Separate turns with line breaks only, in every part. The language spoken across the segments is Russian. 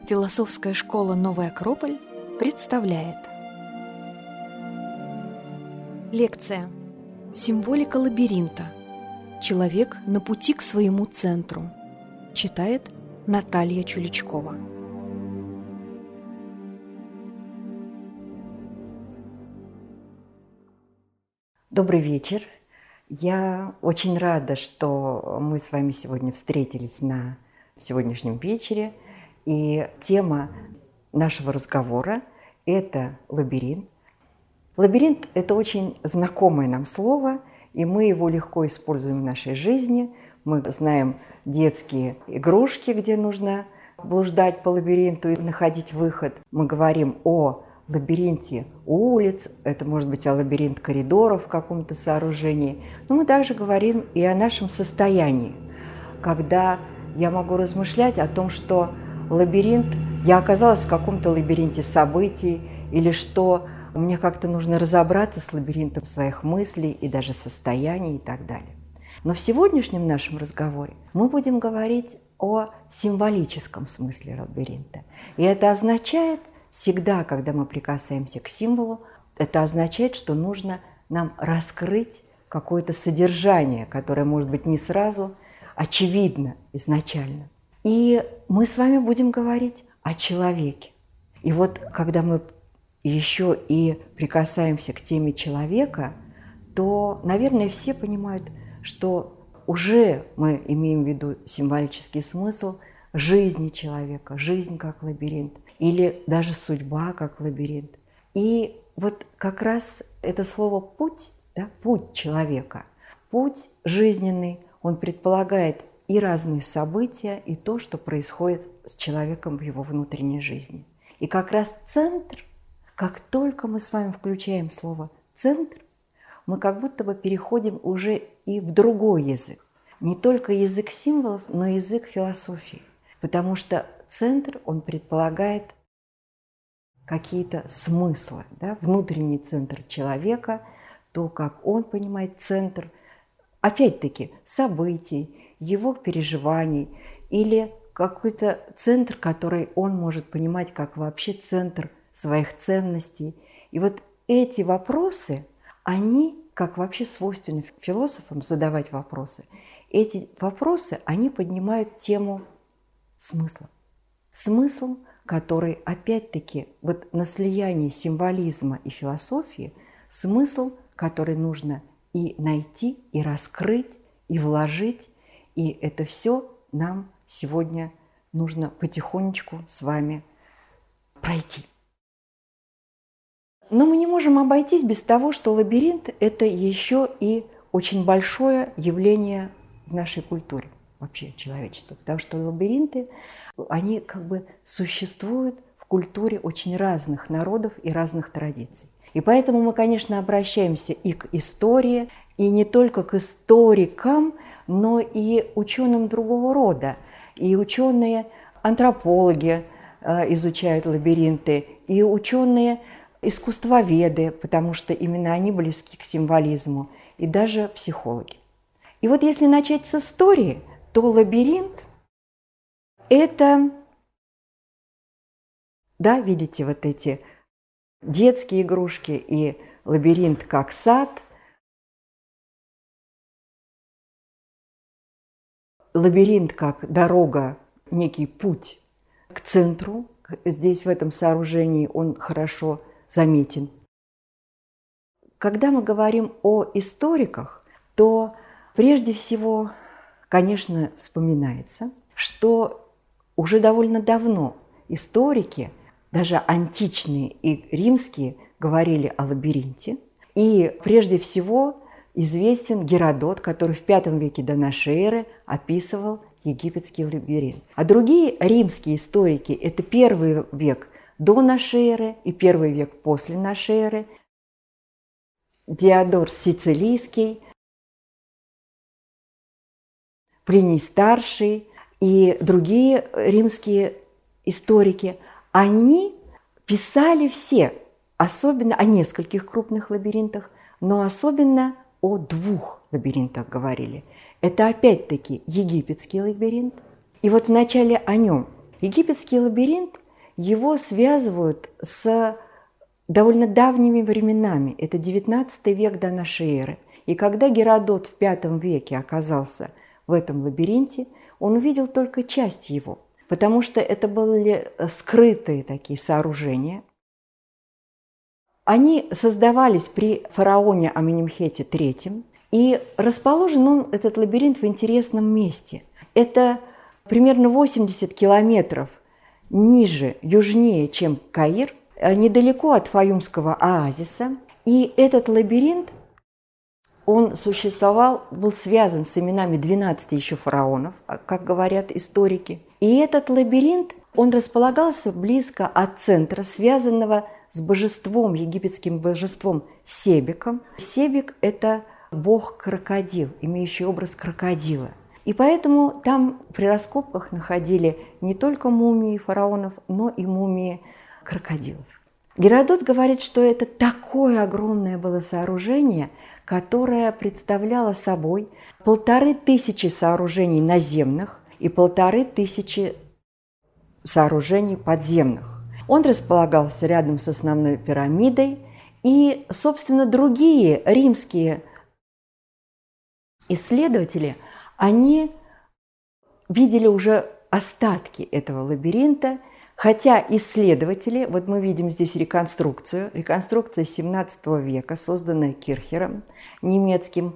Философская школа «Новый Акрополь» представляет. Лекция «Символика лабиринта. Человек на пути к своему центру». Читает Наталья Чуличкова.
Добрый вечер. Я очень рада, что мы с вами сегодня встретились на сегодняшнем вечере. И тема нашего разговора – это лабиринт. Лабиринт – это очень знакомое нам слово, и мы его легко используем в нашей жизни. Мы знаем детские игрушки, где нужно блуждать по лабиринту и находить выход. Мы говорим о лабиринте улиц, это может быть о лабиринт коридоров в каком-то сооружении. Но мы также говорим и о нашем состоянии, когда я могу размышлять о том, что лабиринт, я оказалась в каком-то лабиринте событий, или что мне как-то нужно разобраться с лабиринтом своих мыслей и даже состояний и так далее. Но в сегодняшнем нашем разговоре мы будем говорить о символическом смысле лабиринта. И это означает, всегда, когда мы прикасаемся к символу, это означает, что нужно нам раскрыть какое-то содержание, которое, может быть, не сразу очевидно изначально. И мы с вами будем говорить о человеке. И вот когда мы еще и прикасаемся к теме человека, то, наверное, все понимают, что уже мы имеем в виду символический смысл жизни человека, жизнь как лабиринт, или даже судьба как лабиринт. И вот как раз это слово «путь», да, путь человека, путь жизненный, он предполагает и разные события, и то, что происходит с человеком в его внутренней жизни. И как раз центр, как только мы с вами включаем слово «центр», мы как будто бы переходим уже и в другой язык. Не только язык символов, но и язык философии. Потому что центр, он предполагает какие-то смыслы, да? Внутренний центр человека, то, как он понимает центр, опять-таки, событий, его переживаний или какой-то центр, который он может понимать как вообще центр своих ценностей. И вот эти вопросы, они, как вообще свойственно философам задавать вопросы, эти вопросы, они поднимают тему смысла. Смысл, который, опять-таки, вот на слиянии символизма и философии, смысл, который нужно и найти, и раскрыть, и вложить. И это все нам сегодня нужно потихонечку с вами пройти. Но мы не можем обойтись без того, что лабиринт – это еще и очень большое явление в нашей культуре, вообще человечества. Потому что лабиринты, они как бы существуют в культуре очень разных народов и разных традиций. И поэтому мы, конечно, обращаемся и к истории, и не только к историкам, но и ученым другого рода. И ученые-антропологи изучают лабиринты, и ученые-искусствоведы, потому что именно они близки к символизму, и даже психологи. И вот если начать с истории, то лабиринт – это, да, видите, вот эти детские игрушки и лабиринт как сад – лабиринт как дорога, некий путь к центру. Здесь, в этом сооружении, он хорошо заметен. Когда мы говорим о историках, то прежде всего, конечно, вспоминается, что уже довольно давно историки, даже античные и римские, говорили о лабиринте. И прежде всего известен Геродот, который в V веке до нашей эры описывал египетский лабиринт. А другие римские историки – это I век до нашей эры и I век после нашей эры. Диодор Сицилийский, Плиний Старший и другие римские историки, они писали все, особенно о нескольких крупных лабиринтах, но особенно о 2 лабиринтах говорили. Это опять-таки египетский лабиринт. И вот вначале о нем. Египетский лабиринт его связывают с довольно давними временами. Это 19 век до нашей эры. И когда Геродот в V веке оказался в этом лабиринте, он увидел только часть его, потому что это были скрытые такие сооружения. Они создавались при фараоне Аменемхете III, и расположен он, этот лабиринт, в интересном месте. Это примерно 80 километров ниже, южнее, чем Каир, недалеко от Фаюмского оазиса. И этот лабиринт, он существовал, был связан с именами 12 еще фараонов, как говорят историки. И этот лабиринт, он располагался близко от центра, связанного с божеством, египетским божеством Себеком. Себек – это бог-крокодил, имеющий образ крокодила. И поэтому там при раскопках находили не только мумии фараонов, но и мумии крокодилов. Геродот говорит, что это такое огромное было сооружение, которое представляло собой 1500 сооружений наземных и 1500 сооружений подземных. Он располагался рядом с основной пирамидой, и, собственно, другие римские исследователи, они видели уже остатки этого лабиринта, хотя исследователи, вот мы видим здесь реконструкция 17 века, созданная Кирхером, немецким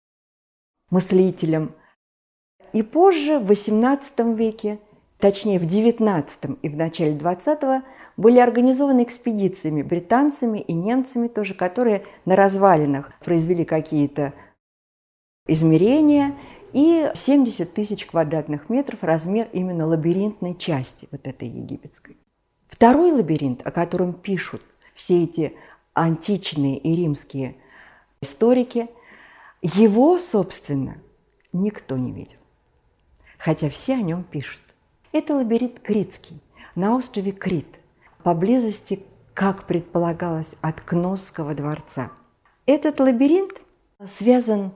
мыслителем, и позже, в XVIII веке, точнее в XIX и в начале XX, были организованы экспедициями британцами и немцами тоже, которые на развалинах произвели какие-то измерения, и 70 тысяч квадратных метров размер именно лабиринтной части вот этой египетской. Второй лабиринт, о котором пишут все эти античные и римские историки, его, собственно, никто не видел, хотя все о нем пишут. Это лабиринт критский, на острове Крит, поблизости, как предполагалось, от Кносского дворца. Этот лабиринт связан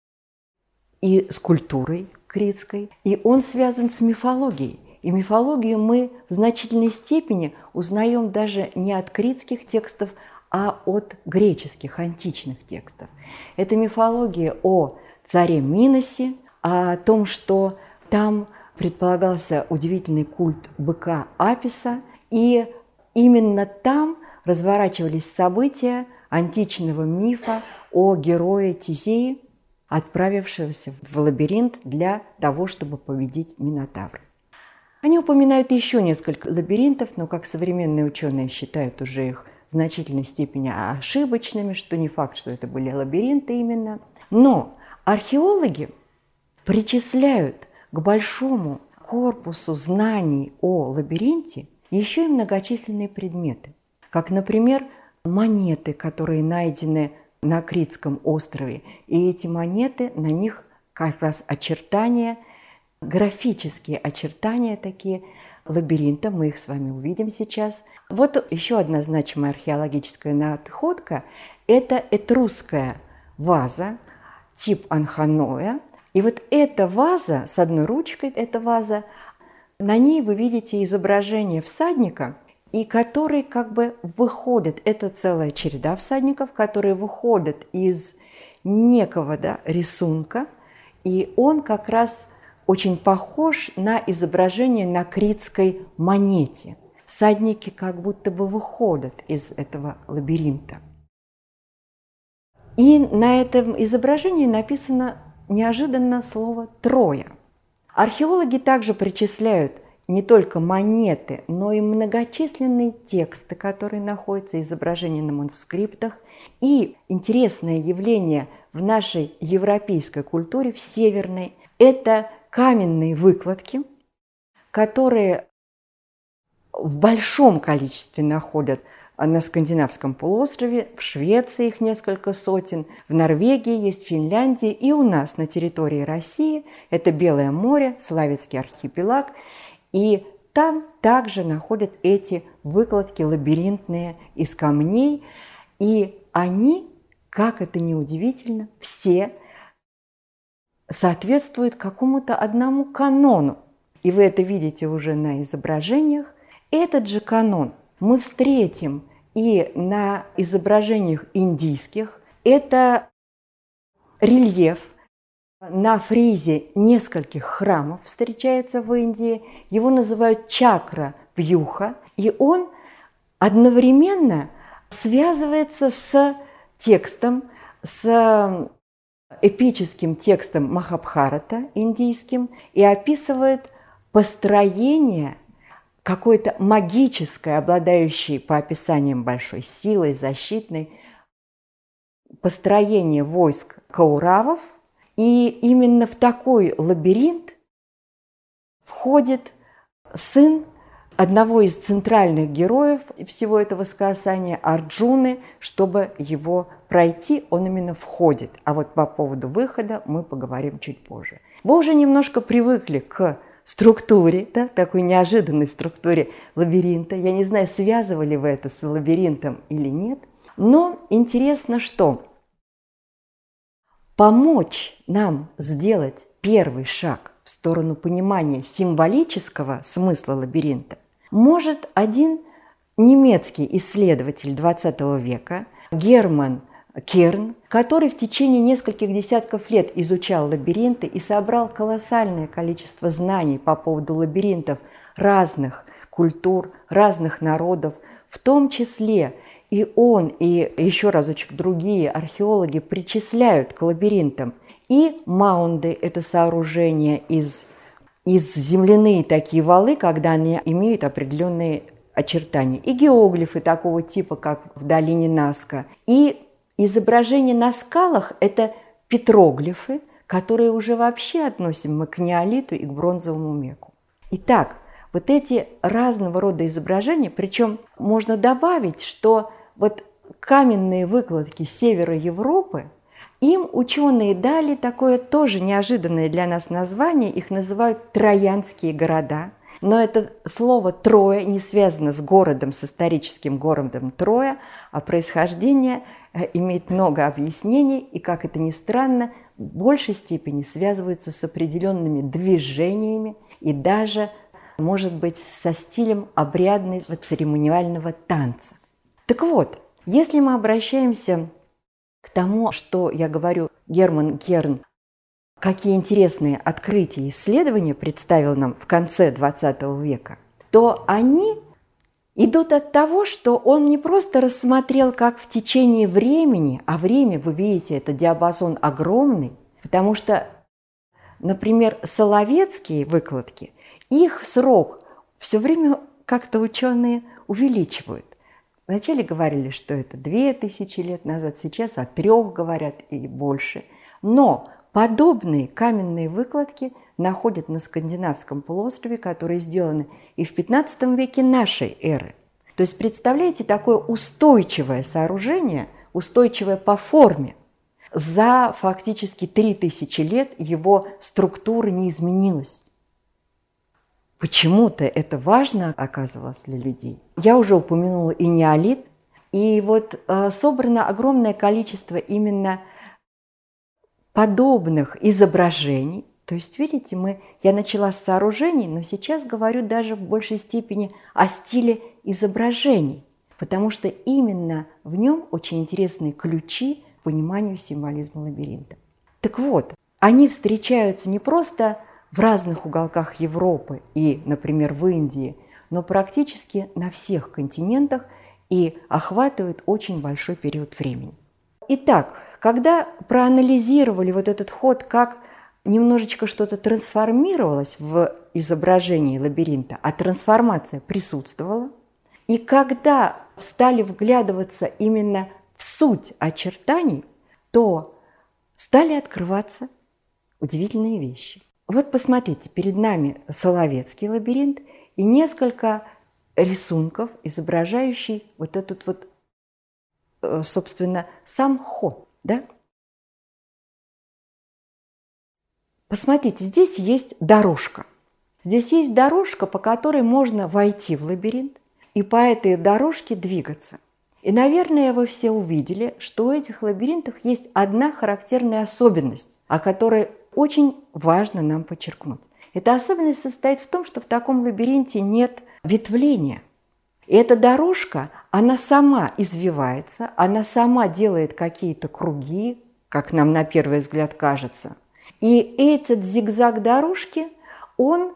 и с культурой критской, и он связан с мифологией. И мифологию мы в значительной степени узнаем даже не от критских текстов, а от греческих, античных текстов. Это мифология о царе Миносе, о том, что там предполагался удивительный культ быка Аписа, и именно там разворачивались события античного мифа о герое Тизее, отправившегося в лабиринт для того, чтобы победить Минотавра. Они упоминают еще несколько лабиринтов, но, как современные ученые считают уже их в значительной степени ошибочными, что не факт, что это были лабиринты именно. Но археологи причисляют к большому корпусу знаний о лабиринте еще и многочисленные предметы, как, например, монеты, которые найдены на Критском острове. И эти монеты, на них как раз очертания, графические очертания такие лабиринта, мы их с вами увидим сейчас. Вот еще одна значимая археологическая находка – это этрусская ваза, тип анханоя. И вот эта ваза, с одной ручкой эта ваза, на ней вы видите изображение всадника, и который как бы выходит, это целая череда всадников, которые выходят из некого рисунка, и он как раз очень похож на изображение на критской монете. Всадники как будто бы выходят из этого лабиринта. И на этом изображении написано неожиданно слово «Троя». Археологи также причисляют не только монеты, но и многочисленные тексты, которые находятся, изображения на манускриптах. И интересное явление в нашей европейской культуре, в северной, это каменные выкладки, которые в большом количестве находят на Скандинавском полуострове, в Швеции их несколько сотен, в Норвегии есть, в Финляндии и у нас на территории России. Это Белое море, Славянский архипелаг. И там также находят эти выкладки лабиринтные из камней. И они, как это ни удивительно, все соответствуют какому-то одному канону. И вы это видите уже на изображениях. Этот же канон мы встретим и на изображениях индийских. Это рельеф на фризе нескольких храмов встречается в Индии. Его называют чакра-вьюха, и он одновременно связывается с текстом, с эпическим текстом Махабхарата индийским и описывает построение какой-то магической, обладающей по описаниям большой силой, защитной, построение войск кауравов. И именно в такой лабиринт входит сын одного из центральных героев всего этого сказания, Арджуны. Чтобы его пройти, он именно входит. А вот по поводу выхода мы поговорим чуть позже. Вы уже немножко привыкли к структуре, да, такой неожиданной структуре лабиринта. Я не знаю, связывали вы это с лабиринтом или нет. Но интересно, что помочь нам сделать первый шаг в сторону понимания символического смысла лабиринта может один немецкий исследователь XX века Герман Керн, который в течение нескольких десятков лет изучал лабиринты и собрал колоссальное количество знаний по поводу лабиринтов разных культур, разных народов, в том числе и он, и еще разочек другие археологи причисляют к лабиринтам и маунды, это сооружения из земляные такие валы, когда они имеют определенные очертания, и геоглифы такого типа, как в долине Наска, и изображения на скалах – это петроглифы, которые уже вообще относим мы к неолиту и к бронзовому веку. Итак, вот эти разного рода изображения, причем можно добавить, что вот каменные выкладки севера Европы, им ученые дали такое тоже неожиданное для нас название, их называют троянские города. Но это слово «Троя» не связано с городом, с историческим городом Троя, а происхождение имеет много объяснений, и, как это ни странно, в большей степени связывается с определенными движениями и даже, может быть, со стилем обрядного церемониального танца. Так вот, если мы обращаемся к тому, что я говорю, Герман Керн, какие интересные открытия и исследования представил нам в конце XX века, то они идут от того, что он не просто рассмотрел, как в течение времени, а время, вы видите, это диапазон огромный, потому что, например, соловецкие выкладки, их срок все время как-то ученые увеличивают. Вначале говорили, что это 2000 лет назад, сейчас о 3 говорят и больше. Но подобные каменные выкладки находят на Скандинавском полуострове, которые сделаны и в XV веке нашей эры. То есть, представляете, такое устойчивое сооружение, устойчивое по форме. За фактически 3000 лет его структура не изменилась. Почему-то это важно оказывалось для людей. Я уже упомянула и неолит, и вот собрано огромное количество именно подобных изображений. То есть, видите, я начала с сооружений, но сейчас говорю даже в большей степени о стиле изображений, потому что именно в нем очень интересные ключи к пониманию символизма лабиринта. Так вот, они встречаются не просто в разных уголках Европы и, например, в Индии, но практически на всех континентах и охватывают очень большой период времени. Итак, когда проанализировали вот этот ход, как немножечко что-то трансформировалось в изображении лабиринта, а трансформация присутствовала, и когда стали вглядываться именно в суть очертаний, то стали открываться удивительные вещи. Вот посмотрите, перед нами Соловецкий лабиринт и несколько рисунков, изображающих вот этот вот, собственно, сам ход. Да? Посмотрите, здесь есть дорожка. Здесь есть дорожка, по которой можно войти в лабиринт и по этой дорожке двигаться. И, наверное, вы все увидели, что у этих лабиринтов есть одна характерная особенность, о которой очень важно нам подчеркнуть. Эта особенность состоит в том, что в таком лабиринте нет ветвление. И эта дорожка, она сама извивается, она сама делает какие-то круги, как нам на первый взгляд кажется. И этот зигзаг дорожки, он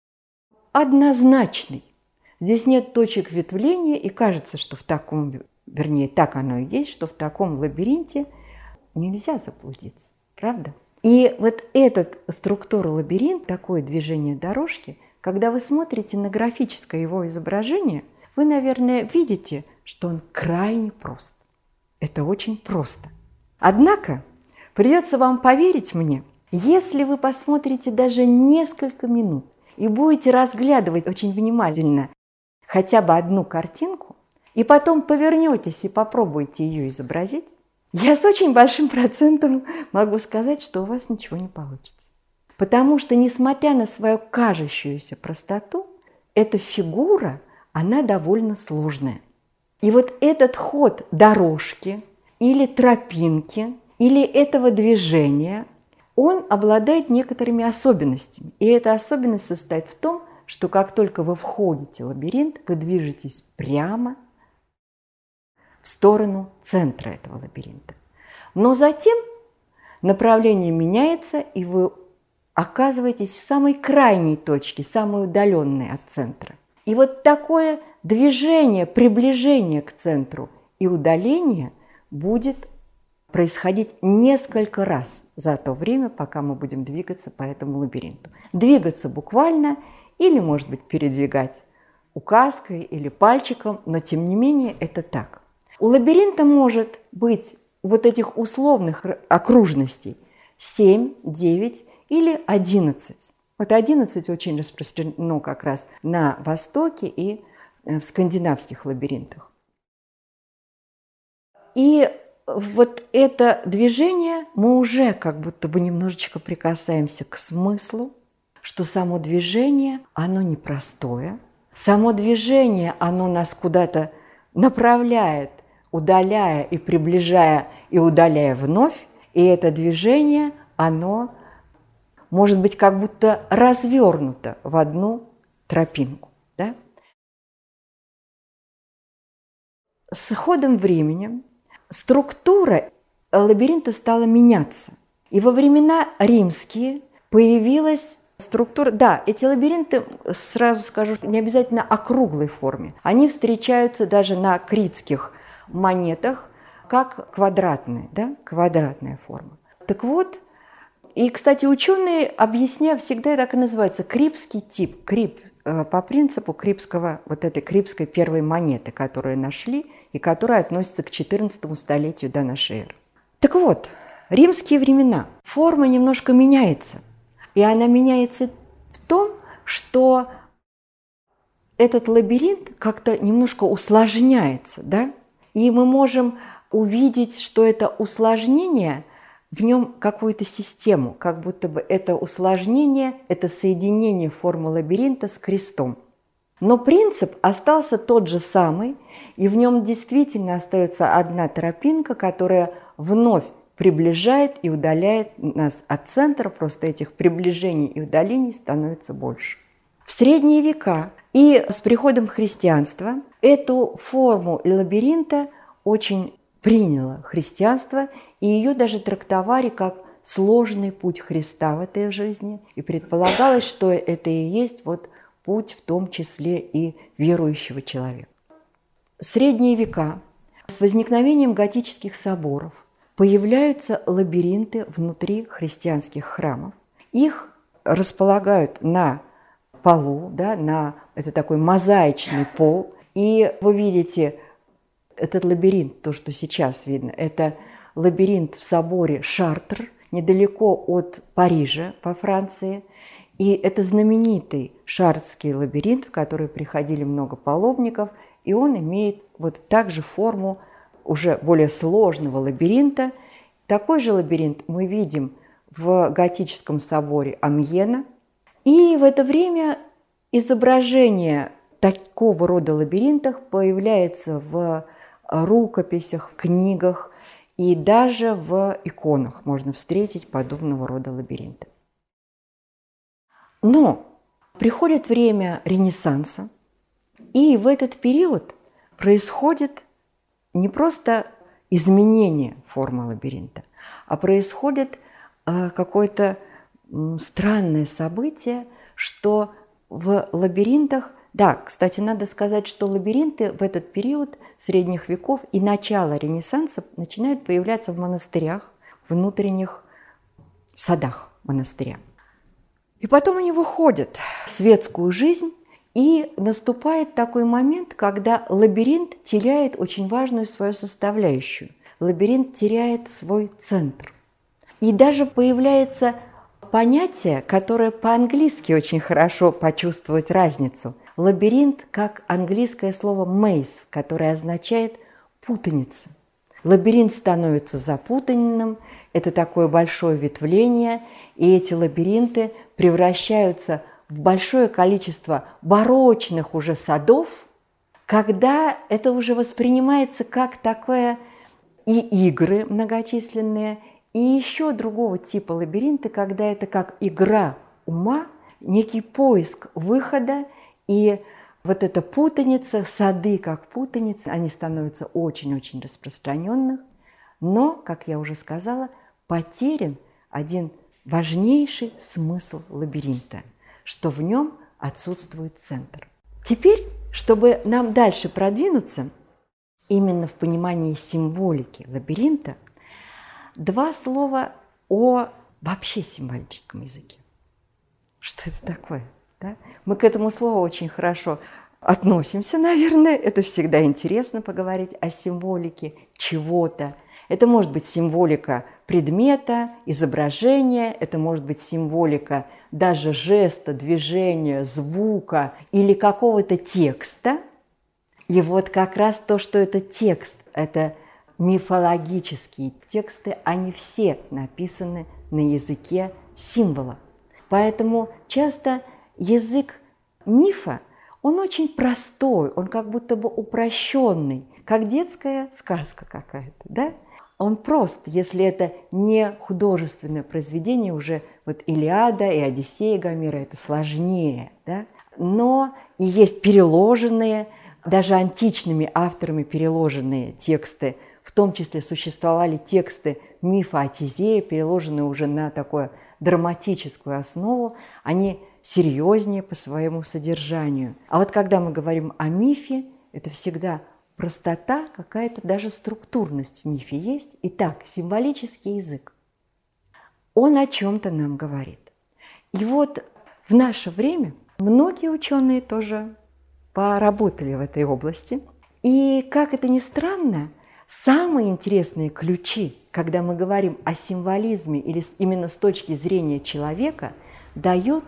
однозначный. Здесь нет точек ветвления, и кажется, что в таком, вернее, так оно и есть, что в таком лабиринте нельзя заблудиться, правда? И вот эта структура лабиринта, такое движение дорожки, когда вы смотрите на графическое его изображение, вы, наверное, видите, что он крайне прост. Это очень просто. Однако придется вам поверить мне, если вы посмотрите даже несколько минут и будете разглядывать очень внимательно хотя бы одну картинку, и потом повернетесь и попробуете ее изобразить, я с очень большим процентом могу сказать, что у вас ничего не получится. Потому что, несмотря на свою кажущуюся простоту, эта фигура, она довольно сложная. И вот этот ход дорожки или тропинки, или этого движения, он обладает некоторыми особенностями. И эта особенность состоит в том, что как только вы входите в лабиринт, вы движетесь прямо в сторону центра этого лабиринта. Но затем направление меняется, и вы оказываетесь в самой крайней точке, самой удаленной от центра. И вот такое движение, приближение к центру и удаление будет происходить несколько раз за то время, пока мы будем двигаться по этому лабиринту. Двигаться буквально или, может быть, передвигать указкой или пальчиком, но тем не менее это так. У лабиринта может быть вот этих условных окружностей 7, 9 или 11. Вот 11 очень распространено как раз на Востоке и в скандинавских лабиринтах. И вот это движение мы уже как будто бы немножечко прикасаемся к смыслу, что само движение, оно непростое. Само движение, оно нас куда-то направляет, удаляя и приближая, и удаляя вновь. И это движение, оно может быть как будто развернуто в одну тропинку. Да? С ходом времени структура лабиринта стала меняться. И во времена римские появилась структура. Да, эти лабиринты, сразу скажу, не обязательно округлой форме. Они встречаются даже на критских монетах как квадратные, да, квадратная форма. Так вот, и, кстати, ученые объясняют, всегда так и называется, крипский тип, крип, по принципу крипского, вот этой крипской первой монеты, которую нашли и которая относится к XIV столетию до нашей эры. Так вот, римские времена, форма немножко меняется. И она меняется в том, что этот лабиринт как-то немножко усложняется, да? И мы можем увидеть, что это усложнение, в нем какую-то систему, как будто бы это усложнение, это соединение формы лабиринта с крестом. Но принцип остался тот же самый, и в нем действительно остается одна тропинка, которая вновь приближает и удаляет нас от центра, просто этих приближений и удалений становится больше. В средние века и с приходом христианства эту форму лабиринта очень приняло христианство, и ее даже трактовали как сложный путь Христа в этой жизни, и предполагалось, что это и есть вот путь в том числе и верующего человека. В средние века с возникновением готических соборов появляются лабиринты внутри христианских храмов. Их располагают на полу, да, это такой мозаичный пол. И вы видите этот лабиринт, то, что сейчас видно, это лабиринт в соборе Шартр, недалеко от Парижа по Франции. И это знаменитый шартрский лабиринт, в который приходили много паломников, и он имеет вот также форму уже более сложного лабиринта. Такой же лабиринт мы видим в готическом соборе Амьена. И в это время изображение такого рода лабиринтов появляется в рукописях, в книгах и даже в иконах можно встретить подобного рода лабиринты. Но приходит время Ренессанса, И в этот период происходит не просто изменение формы лабиринта, а происходит какое-то странное событие, что в лабиринтах, да, кстати, надо сказать, что лабиринты в этот период средних веков и начала Ренессанса начинают появляться в монастырях, внутренних садах монастыря. И потом они выходят в светскую жизнь, и наступает такой момент, когда лабиринт теряет очень важную свою составляющую. Лабиринт теряет свой центр. И даже появляется понятие, которое по-английски очень хорошо почувствовать разницу. Лабиринт как английское слово maze, которое означает путаница. Лабиринт становится запутанным, это такое большое ветвление, и эти лабиринты превращаются в большое количество барочных уже садов, когда это уже воспринимается как такое и игры многочисленные, и еще другого типа лабиринты, когда это как игра ума, некий поиск выхода, и вот эта путаница, сады как путаница, они становятся очень-очень распространенных, но, как я уже сказала, потерян один важнейший смысл лабиринта, что в нем отсутствует центр. Теперь, чтобы нам дальше продвинуться, именно в понимании символики лабиринта, два слова о вообще символическом языке. Что это такое? Да? Мы к этому слову очень хорошо относимся, наверное. Это всегда интересно поговорить о символике чего-то. Это может быть символика предмета, изображения, это может быть символика даже жеста, движения, звука или какого-то текста. И вот как раз то, что это текст, это мифологические тексты, они все написаны на языке символа. Поэтому часто язык мифа, он очень простой, он как будто бы упрощенный, как детская сказка какая-то, да? Он прост, если это не художественное произведение, уже вот Илиада и Одиссея Гомера, это сложнее, да? Но и есть переложенные, даже античными авторами переложенные тексты, в том числе существовали тексты мифа о Тезее, переложенные уже на такую драматическую основу, они серьезнее по своему содержанию. А вот когда мы говорим о мифе, это всегда простота, какая-то даже структурность в мифе есть. Итак, символический язык, он о чем-то нам говорит. И вот в наше время многие ученые тоже поработали в этой области. И, как это ни странно, самые интересные ключи, когда мы говорим о символизме или именно с точки зрения человека, дали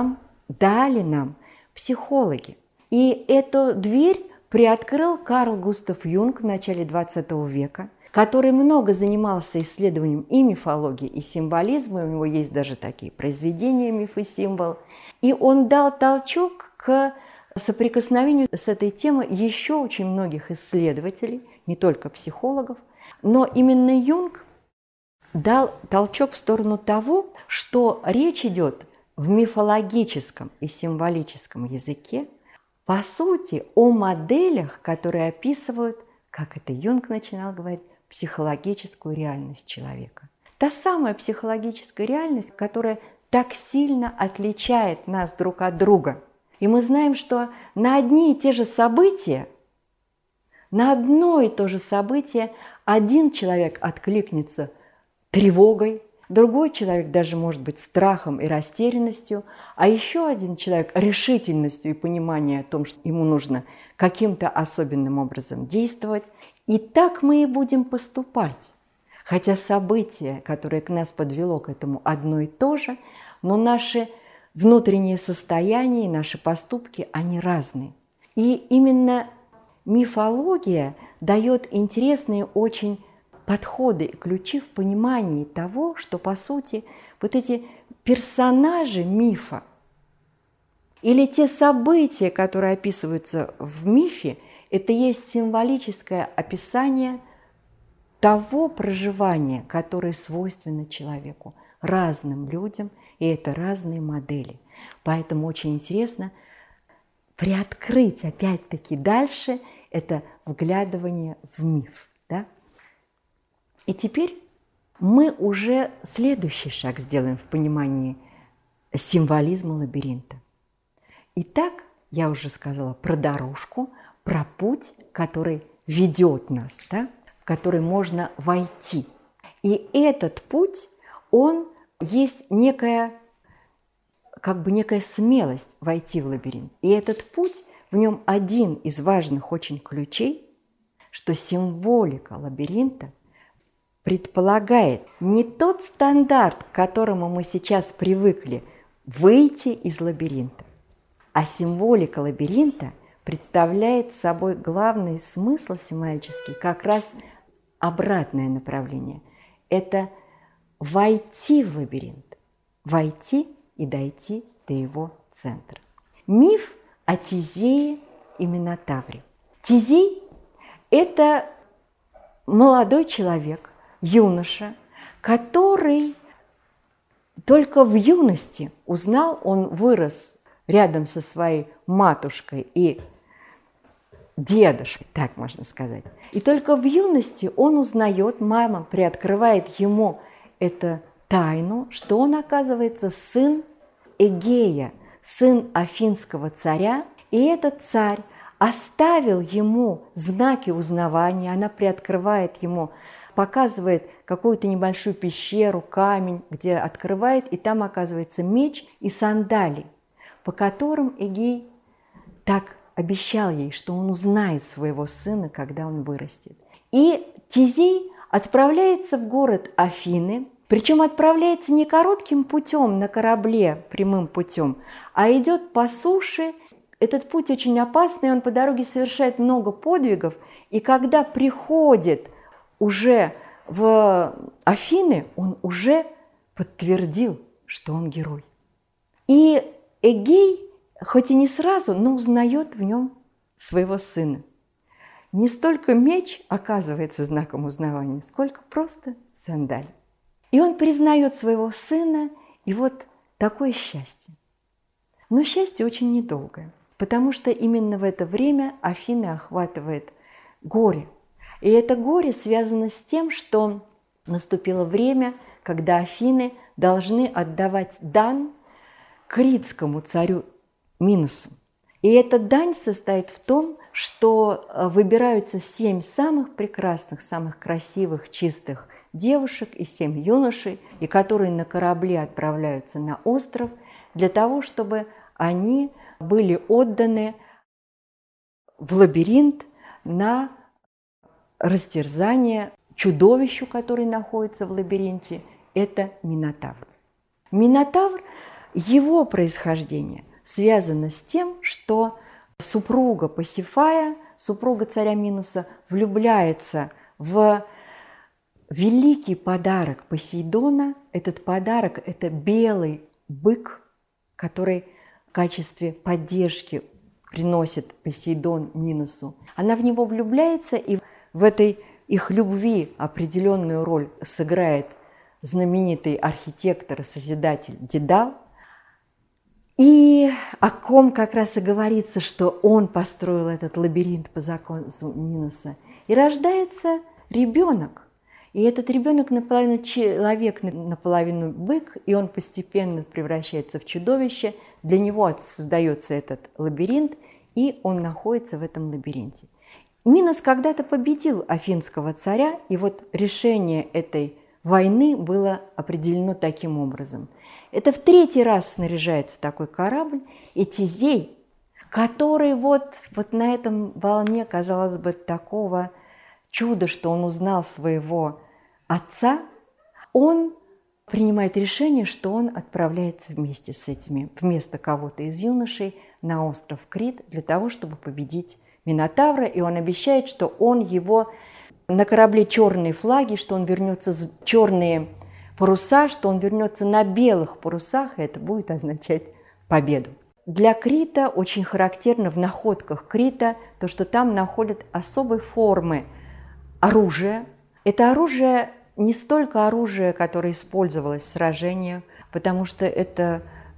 нам психологи. И эту дверь приоткрыл Карл Густав Юнг в начале XX века, который много занимался исследованием и мифологии, и символизма. У него есть даже такие произведения «Миф и символ». И он дал толчок к соприкосновению с этой темой еще очень многих исследователей, не только психологов. Но именно Юнг дал толчок в сторону того, что речь идет в мифологическом и символическом языке, по сути, о моделях, которые описывают, как это Юнг начинал говорить, психологическую реальность человека. Та самая психологическая реальность, которая так сильно отличает нас друг от друга. И мы знаем, что на одни и те же события, на одно и то же событие один человек откликнется тревогой, другой человек даже может быть страхом и растерянностью, а еще один человек решительностью и пониманием о том, что ему нужно каким-то особенным образом действовать. И так мы и будем поступать. Хотя событие, которое к нас подвело к этому, одно и то же, но наши внутренние состояния и наши поступки, они разные. И именно мифология дает интересные очень подходы и ключи в понимании того, что, по сути, вот эти персонажи мифа или те события, которые описываются в мифе, это есть символическое описание того проживания, которое свойственно человеку, разным людям, и это разные модели. Поэтому очень интересно приоткрыть опять-таки дальше это вглядывание в миф. Да? И теперь мы уже следующий шаг сделаем в понимании символизма лабиринта. Итак, я уже сказала про дорожку, про путь, который ведет нас, да, в который можно войти. И этот путь, он есть некая, как бы некая смелость войти в лабиринт. И этот путь, в нем один из важных очень ключей, что символика лабиринта предполагает не тот стандарт, к которому мы сейчас привыкли, выйти из лабиринта, а символика лабиринта представляет собой главный смысл символический, как раз обратное направление. Это войти в лабиринт, войти и дойти до его центра. Миф о Тизее и Минотавре. Тизей – это молодой человек, юноша, который только в юности узнал, он вырос рядом со своей матушкой и дедушкой, так можно сказать. И только в юности он узнает, мама приоткрывает ему эту тайну, что он, оказывается, сын Эгея, сын афинского царя, и этот царь оставил ему знаки узнавания, она приоткрывает ему, показывает какую-то небольшую пещеру, камень, где открывает, и там оказывается меч и сандалии, по которым Эгей так обещал ей, что он узнает своего сына, когда он вырастет. И Тизей отправляется в город Афины, причем отправляется не коротким путем на корабле, прямым путем, а идет по суше. Этот путь очень опасный, он по дороге совершает много подвигов, и когда приходит уже в Афины, он уже подтвердил, что он герой. И Эгей, хоть и не сразу, но узнает в нем своего сына. Не столько меч оказывается знаком узнавания, сколько просто сандалии. И он признает своего сына, и вот такое счастье. Но счастье очень недолгое, потому что именно в это время Афины охватывает горе. И это горе связано с тем, что наступило время, когда Афины должны отдавать дань критскому царю Миносу. И эта дань состоит в том, что выбираются 7 самых прекрасных, самых красивых, чистых девушек и 7 юношей, и которые на корабле отправляются на остров для того, чтобы они были отданы в лабиринт на растерзание чудовищу, который находится в лабиринте, это Минотавр. Минотавр, его происхождение связано с тем, что супруга Пасифая, супруга царя Миноса, влюбляется в великий подарок Посейдона. Этот подарок – это белый бык, который в качестве поддержки приносит Посейдон Миносу. Она в него влюбляется, и в этой их любви определенную роль сыграет знаменитый архитектор и созидатель Дедал, и о ком как раз и говорится, что он построил этот лабиринт по закону Миноса. И рождается ребенок. И этот ребенок наполовину человек, наполовину бык, и он постепенно превращается в чудовище. Для него создается этот лабиринт, и он находится в этом лабиринте. Минос когда-то победил афинского царя, и вот решение этой войны было определено таким образом. Это в 3-й раз снаряжается такой корабль, и Тизей, который вот на этом волне, казалось бы, такого чуда, что он узнал своего отца, он принимает решение, что он отправляется вместе с этими, вместо кого-то из юношей, на остров Крит для того, чтобы победить Минотавра, и он обещает, что он его на корабле черные флаги, что он вернется с черные паруса, что он вернется на белых парусах, и это будет означать победу. Для Крита очень характерно в находках Крита то, что там находят особой формы оружие. Это оружие не столько оружие, которое использовалось в сражениях, потому что это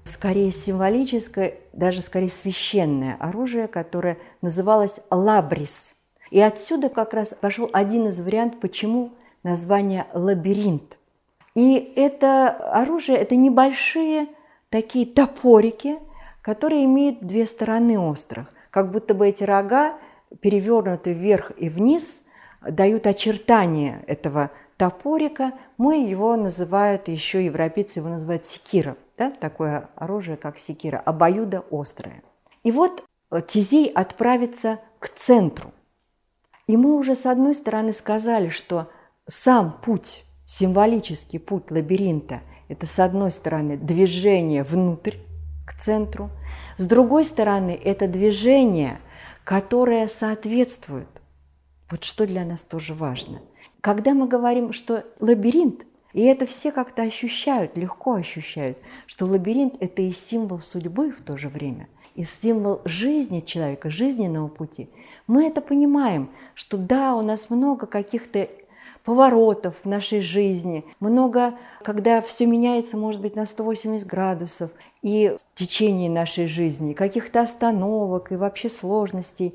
скорее символическое, даже скорее священное оружие, которое называлось лабрис. И отсюда как раз пошел один из вариантов, почему название лабиринт. И это оружие – это небольшие такие топорики, которые имеют две стороны острых. Как будто бы эти рога, перевернуты вверх и вниз, дают очертания этого топорика. Мы его называют, еще европейцы его называют секира. Да? Такое оружие, как секира, обоюдоострое. И вот Тизей отправится к центру. И мы уже с одной стороны сказали, что сам путь, символический путь лабиринта – это с одной стороны движение внутрь, к центру, с другой стороны это движение, которое соответствует. Вот что для нас тоже важно. Когда мы говорим, что лабиринт, и это все как-то ощущают, легко ощущают, что лабиринт – это и символ судьбы в то же время, и символ жизни человека, жизненного пути, мы это понимаем, что да, у нас много каких-то поворотов в нашей жизни, много, когда все меняется, может быть, на 180 градусов, и в течение нашей жизни, каких-то остановок и вообще сложностей.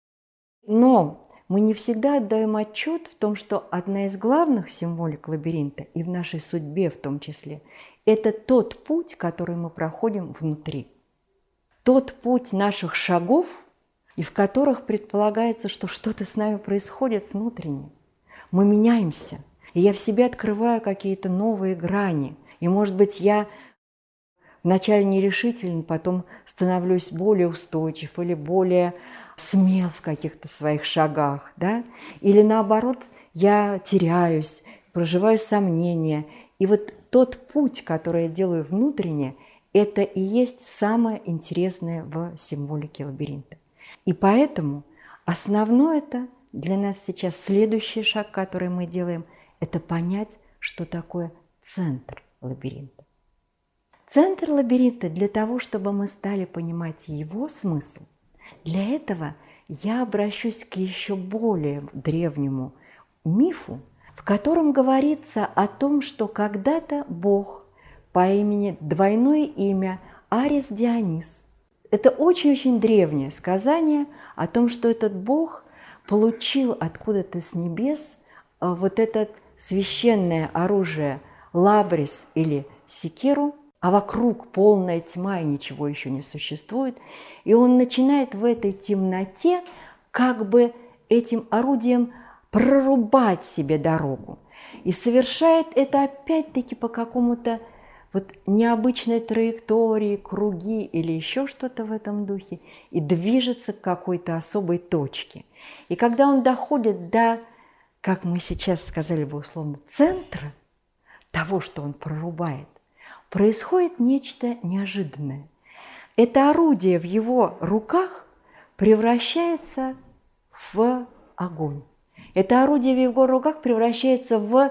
Но мы не всегда отдаем отчет в том, что одна из главных символик лабиринта, и в нашей судьбе в том числе, это тот путь, который мы проходим внутри. Тот путь наших шагов, и в которых предполагается, что что-то с нами происходит внутренне. Мы меняемся, и я в себе открываю какие-то новые грани. И, может быть, я вначале нерешителен, потом становлюсь более устойчив или более смел в каких-то своих шагах, да? Или наоборот, я теряюсь, проживаю сомнения. И вот тот путь, который я делаю внутренне, это и есть самое интересное в символике лабиринта. И поэтому основное это для нас сейчас следующий шаг, который мы делаем, это понять, что такое центр лабиринта. Центр лабиринта для того, чтобы мы стали понимать его смысл, для этого я обращусь к еще более древнему мифу, в котором говорится о том, что когда-то Бог по имени, двойное имя Арис Дионис. Это очень-очень древнее сказание о том, что этот Бог получил откуда-то с небес вот это священное оружие лабрис или секиру, а вокруг полная тьма и ничего еще не существует. И он начинает в этой темноте как бы этим орудием прорубать себе дорогу. И совершает это опять-таки по какому-то вот необычной траектории, круги или еще что-то в этом духе, и движется к какой-то особой точке. И когда он доходит до, как мы сейчас сказали бы условно, центра того, что он прорубает, происходит нечто неожиданное. Это орудие в его руках превращается в огонь. Это орудие в его руках превращается в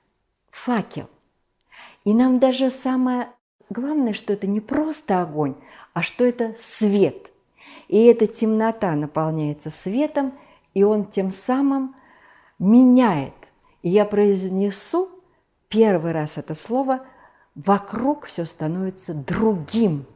факел. И нам даже самое главное, что это не просто огонь, а что это свет. И эта темнота наполняется светом, и он тем самым меняет. И я произнесу первый раз это слово, вокруг все становится другим.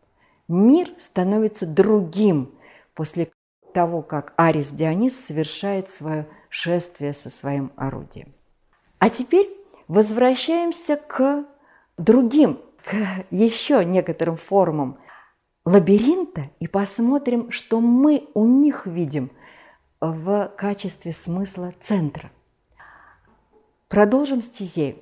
Мир становится другим после того, как Арис Дионис совершает свое шествие со своим орудием. А теперь возвращаемся к другим, к еще некоторым формам лабиринта и посмотрим, что мы у них видим в качестве смысла центра. Продолжим с Тизеем.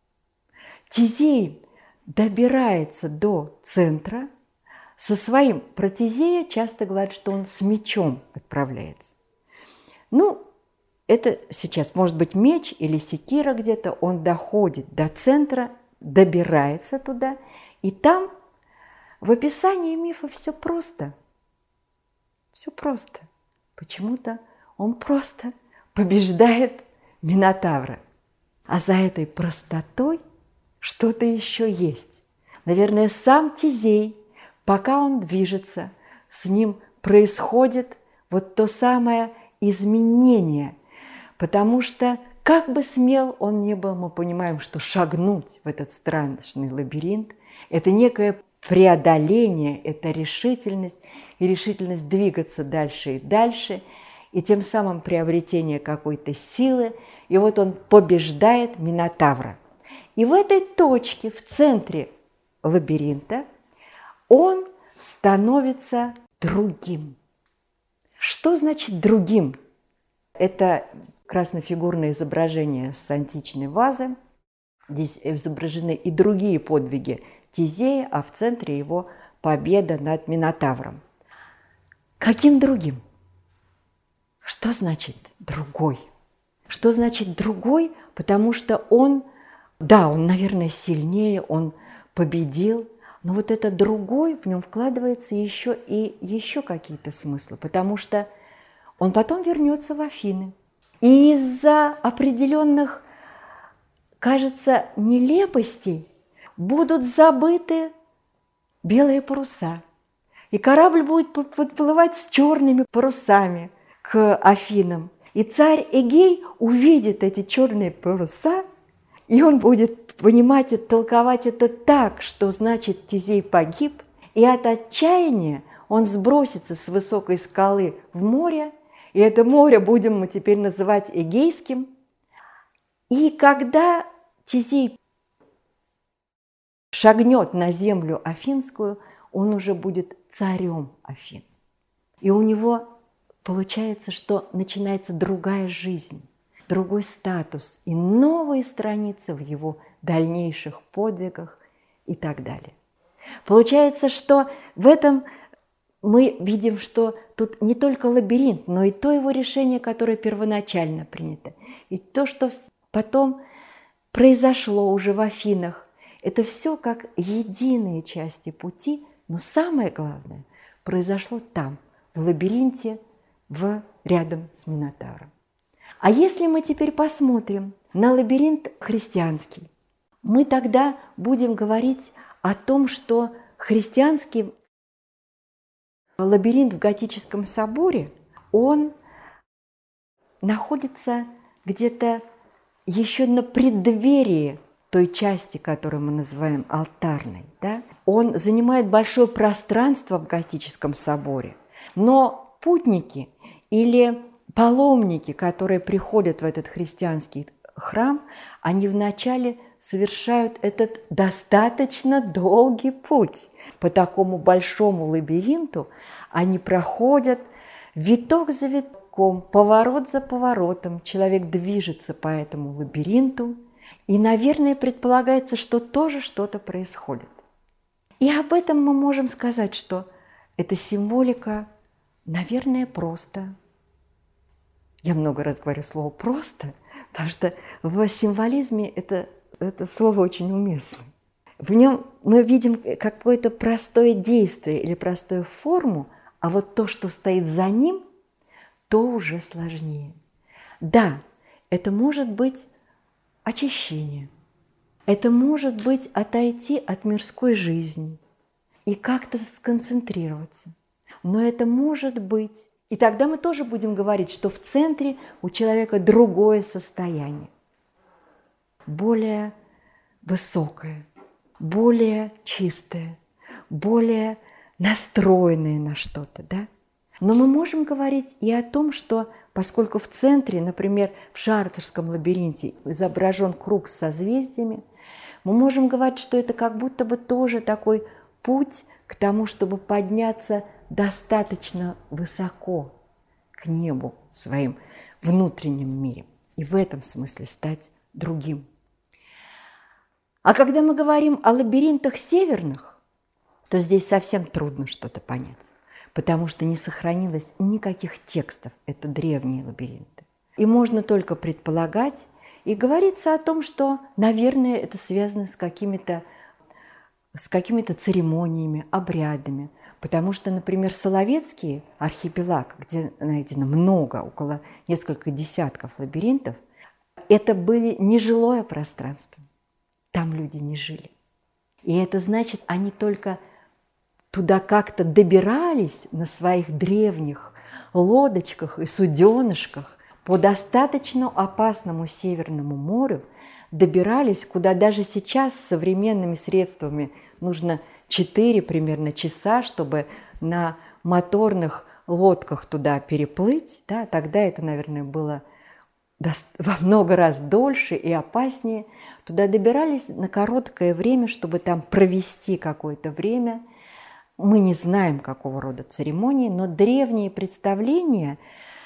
Тизей добирается до центра со своим. Про Тизея часто говорят, что он с мечом отправляется. Ну, это сейчас может быть меч или секира где-то, он доходит до центра, добирается туда, и там в описании мифа все просто. Все просто. Почему-то он просто побеждает Минотавра. А за этой простотой что-то еще есть. Наверное, сам Тизей, пока он движется, с ним происходит вот то самое изменение. Потому что, как бы смел он ни был, мы понимаем, что шагнуть в этот страшный лабиринт – это некое преодоление, это решительность, и решительность двигаться дальше и дальше, и тем самым приобретение какой-то силы. И вот он побеждает Минотавра. И в этой точке, в центре лабиринта, он становится другим. Что значит другим? Это краснофигурное изображение с античной вазы. Здесь изображены и другие подвиги Тизея, а в центре его победа над Минотавром. Каким другим? Что значит другой? Что значит другой? Потому что он, да, он, наверное, сильнее, он победил, но вот это другой, в нем вкладывается еще какие-то смыслы, потому что он потом вернется в Афины. И из-за определенных, кажется, нелепостей будут забыты белые паруса. И корабль будет подплывать с черными парусами к Афинам. И царь Эгей увидит эти черные паруса, и он будет понимать и толковать это так, что значит Тизей погиб, и от отчаяния он сбросится с высокой скалы в море, и это море будем мы теперь называть Эгейским. И когда Тизей шагнет на землю афинскую, он уже будет царем Афин. И у него получается, что начинается другая жизнь, другой статус и новые страницы в его дальнейших подвигах и так далее. Получается, что в этом мы видим, что тут не только лабиринт, но и то его решение, которое первоначально принято, и то, что потом произошло уже в Афинах. Это все как единые части пути, но самое главное произошло там, в лабиринте, рядом с Минотавром. А если мы теперь посмотрим на лабиринт христианский, мы тогда будем говорить о том, что христианский лабиринт в готическом соборе, он находится где-то еще на преддверии той части, которую мы называем алтарной. Да? Он занимает большое пространство в готическом соборе, но путники или паломники, которые приходят в этот христианский храм, они вначале совершают этот достаточно долгий путь. По такому большому лабиринту они проходят виток за витком, поворот за поворотом. Человек движется по этому лабиринту, и, наверное, предполагается, что тоже что-то происходит. И об этом мы можем сказать, что эта символика, наверное, просто. Я много раз говорю слово «просто», потому что в символизме это слово очень уместно. В нем мы видим какое-то простое действие или простую форму, а вот то, что стоит за ним, то уже сложнее. Да, это может быть очищение, это может быть отойти от мирской жизни и как-то сконцентрироваться, но это может быть. И тогда мы тоже будем говорить, что в центре у человека другое состояние, более высокое, более чистое, более настроенное на что-то, да? Но мы можем говорить и о том, что поскольку в центре, например, в Шартрском лабиринте изображен круг с созвездиями, мы можем говорить, что это как будто бы тоже такой путь к тому, чтобы подняться достаточно высоко к небу в своем внутреннем мире и в этом смысле стать другим. А когда мы говорим о лабиринтах северных, то здесь совсем трудно что-то понять, потому что не сохранилось никаких текстов, это древние лабиринты. И можно только предполагать, и говорится о том, что, наверное, это связано с какими-то церемониями, обрядами, потому что, например, Соловецкий архипелаг, где найдено много, около нескольких десятков лабиринтов, это были нежилое пространство, там люди не жили. И это значит, они только туда как-то добирались на своих древних лодочках и суденышках по достаточно опасному Северному морю, добирались, куда даже сейчас с современными средствами нужно 4 примерно часа, чтобы на моторных лодках туда переплыть. Да, тогда это, наверное, было во много раз дольше и опаснее. Туда добирались на короткое время, чтобы там провести какое-то время. Мы не знаем, какого рода церемонии, но древние представления,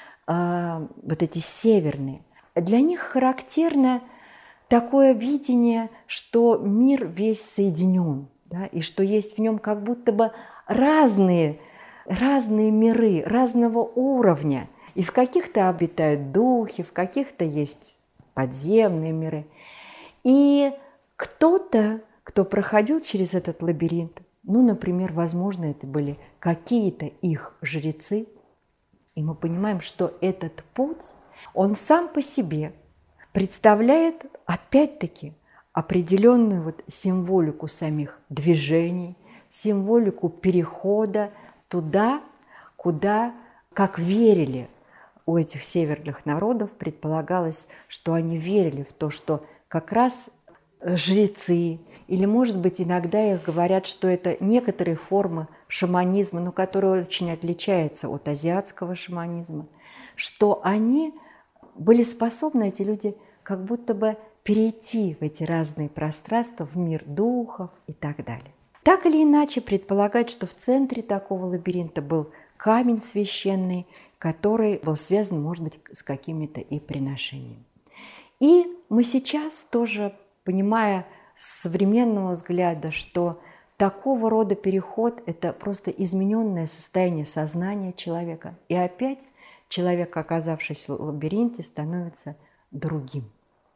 вот эти северные, для них характерно такое видение, что мир весь соединен, да, и что есть в нем как будто бы разные миры, разного уровня. И в каких-то обитают духи, в каких-то есть подземные миры. И кто-то, кто проходил через этот лабиринт, ну, например, возможно, это были какие-то их жрецы, и мы понимаем, что этот путь, он сам по себе представляет, опять-таки, определенную вот символику самих движений, символику перехода туда, куда, как верили у этих северных народов, предполагалось, что они верили в то, что как раз жрецы, или, может быть, иногда их говорят, что это некоторые формы шаманизма, но которые очень отличаются от азиатского шаманизма, что они были способны, эти люди, как будто бы перейти в эти разные пространства, в мир духов и так далее. Так или иначе, предполагать, что в центре такого лабиринта был камень священный, который был связан, может быть, с какими-то и приношениями. И мы сейчас тоже, понимая с современного взгляда, что такого рода переход – это просто измененное состояние сознания человека. И опять человек, оказавшись в лабиринте, становится другим.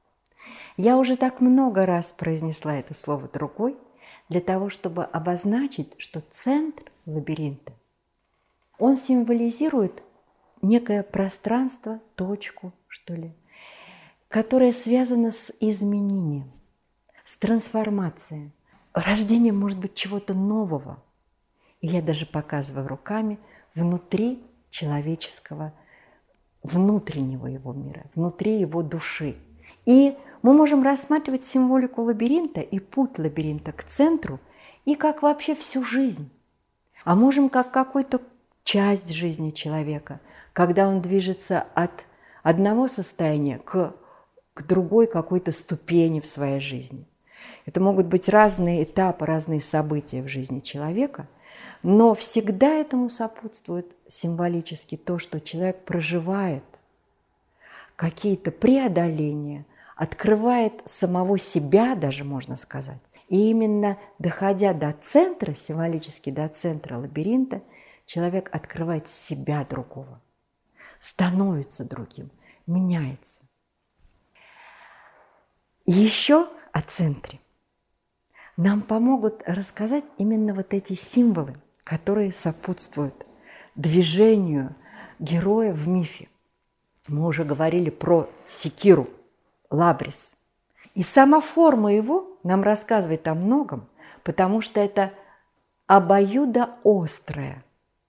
Я уже так много раз произнесла это слово «другой» для того, чтобы обозначить, что центр лабиринта, он символизирует некое пространство, точку, что ли, которое связано с изменением, с трансформацией, рождением, может быть, чего-то нового. И я даже показываю руками внутри человеческого, внутреннего его мира, внутри его души. И мы можем рассматривать символику лабиринта и путь лабиринта к центру и как вообще всю жизнь. А можем как какую-то часть жизни человека, когда он движется от одного состояния к другой какой-то ступени в своей жизни. Это могут быть разные этапы, разные события в жизни человека, но всегда этому сопутствует символически то, что человек проживает какие-то преодоления, открывает самого себя, даже можно сказать. И именно доходя до центра, символически до центра лабиринта, человек открывает себя другого, становится другим, меняется. И еще о центре нам помогут рассказать именно вот эти символы, которые сопутствуют движению героя в мифе. Мы уже говорили про секиру, лабрис. И сама форма его нам рассказывает о многом, потому что это обоюдоострое,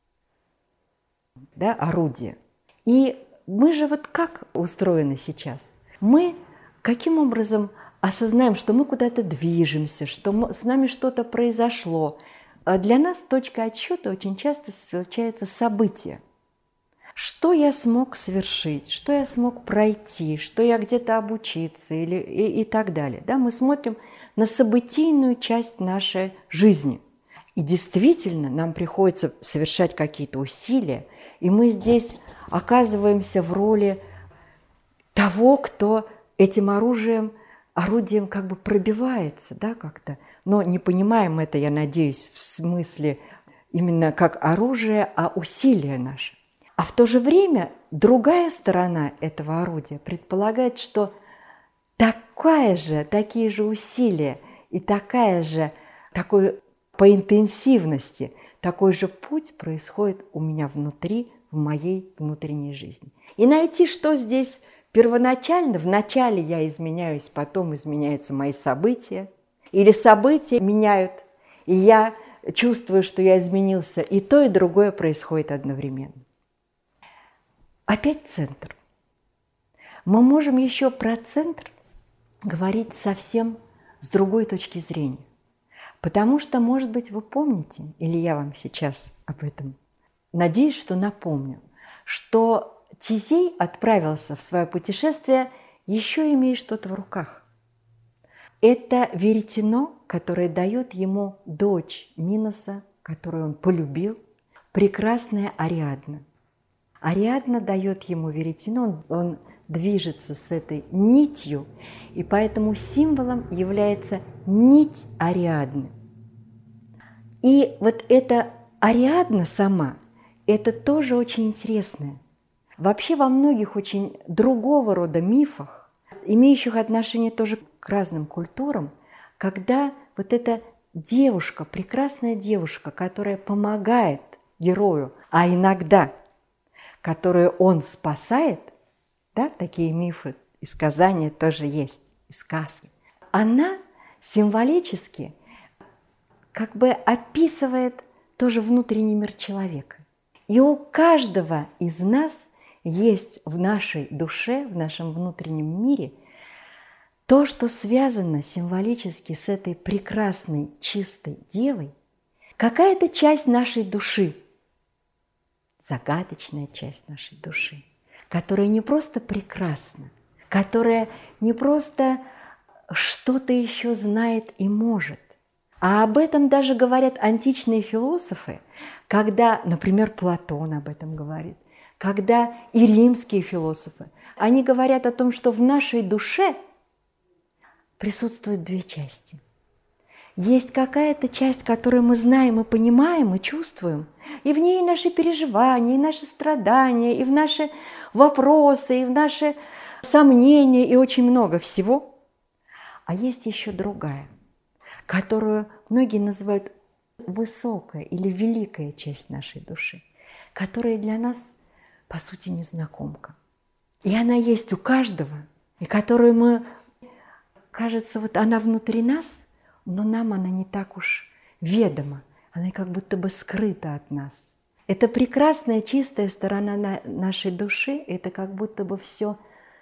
да, орудие. И мы же вот как устроены сейчас? Мы каким образом осознаем, что мы куда-то движемся, что с нами что-то произошло? Для нас точкой отсчета очень часто случается событие. Что я смог совершить, что я смог пройти, что я где-то обучиться и так далее. Да, мы смотрим на событийную часть нашей жизни. И действительно нам приходится совершать какие-то усилия, и мы здесь оказываемся в роли того, кто этим орудием как бы пробивается, да, как-то. Но не понимаем это, я надеюсь, в смысле именно как оружие, а усилие наше. А в то же время другая сторона этого орудия предполагает, что такие же усилия и такой по интенсивности, такой же путь происходит у меня внутри, в моей внутренней жизни. И найти, что здесь первоначально, вначале я изменяюсь, потом изменяются мои события, или события меняют, и я чувствую, что я изменился, и то, и другое происходит одновременно. Опять центр. Мы можем еще про центр говорить совсем с другой точки зрения. Потому что, может быть, вы помните, или я вам сейчас об этом, надеюсь, что напомню, что Тизей отправился в свое путешествие, еще имея что-то в руках. Это веретено, которое дает ему дочь Миноса, которую он полюбил, прекрасная Ариадна. Ариадна дает ему веретено, он движется с этой нитью, и поэтому символом является нить Ариадны. И вот эта Ариадна сама, это тоже очень интересное. Вообще во многих очень другого рода мифах, имеющих отношение тоже к разным культурам, когда вот эта девушка, прекрасная девушка, которая помогает герою, а иногда которую он спасает, да, такие мифы и сказания тоже есть, и сказки, она символически как бы описывает тоже внутренний мир человека. И у каждого из нас есть в нашей душе, в нашем внутреннем мире то, что связано символически с этой прекрасной, чистой девой, какая-то часть нашей души, загадочная часть нашей души, которая не просто прекрасна, которая не просто что-то еще знает и может, а об этом даже говорят античные философы, когда, например, Платон об этом говорит, когда и римские философы, они говорят о том, что в нашей душе присутствуют две части. Есть какая-то часть, которую мы знаем и понимаем, и чувствуем, и в ней наши переживания, и наши страдания, и в наши вопросы, и в наши сомнения, и очень много всего. А есть еще другая, которую многие называют высокая или великая часть нашей души, которая для нас, по сути, незнакомка. И она есть у каждого, и которую мы, кажется, вот она внутри нас, но нам она не так уж ведома, она как будто бы скрыта от нас. Это прекрасная, чистая сторона нашей души, это как будто бы все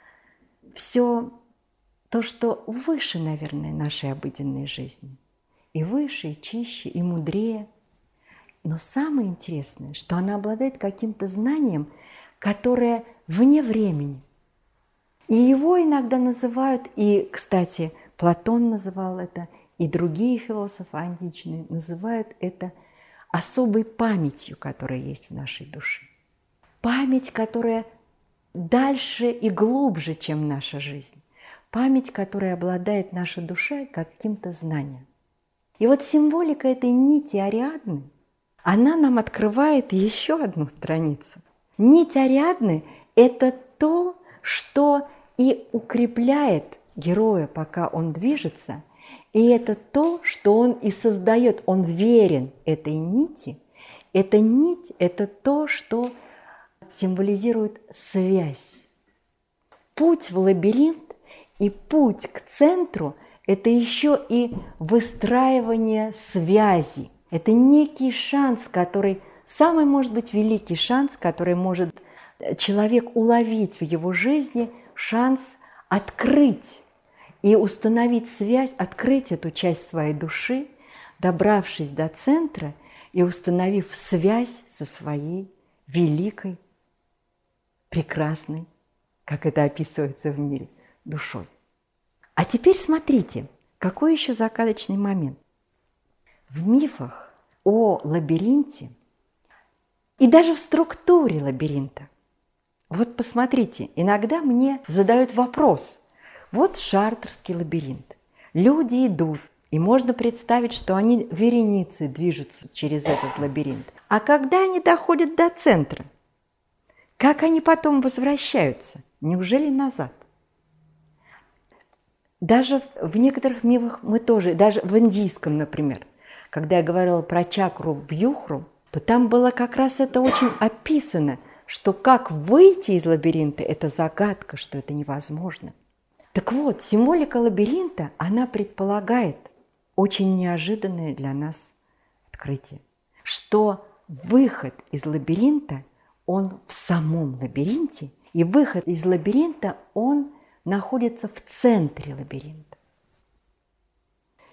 то, что выше, наверное, нашей обыденной жизни. И выше, и чище, и мудрее. Но самое интересное, что она обладает каким-то знанием, которое вне времени. И его иногда называют, и, кстати, Платон называл это, и другие философы античные называют это особой памятью, которая есть в нашей душе. Память, которая дальше и глубже, чем наша жизнь. Память, которая обладает наша душа каким-то знанием. И вот символика этой нити Ариадны, она нам открывает еще одну страницу. Нить Ариадны – это то, что и укрепляет героя, пока он движется, и это то, что он и создает, он верен этой нити. Эта нить – это то, что символизирует связь. Путь в лабиринт и путь к центру – это еще и выстраивание связи. Это некий шанс, который, самый, может быть, великий шанс, который может человек уловить в его жизни, шанс открыть и установить связь, открыть эту часть своей души, добравшись до центра и установив связь со своей великой, прекрасной, как это описывается в мире, душой. А теперь смотрите, какой еще загадочный момент. В мифах о лабиринте и даже в структуре лабиринта. Вот посмотрите, иногда мне задают вопрос. Вот Шартрский лабиринт. Люди идут, и можно представить, что они вереницей движутся через этот лабиринт. А когда они доходят до центра, как они потом возвращаются? Неужели назад? Даже в некоторых мифах мы тоже, даже в индийском, например, когда я говорила про чакру Вьюхру, то там было как раз это очень описано, что как выйти из лабиринта – это загадка, что это невозможно. Так вот, символика лабиринта, она предполагает очень неожиданное для нас открытие, что выход из лабиринта, он в самом лабиринте, и выход из лабиринта, он находится в центре лабиринта.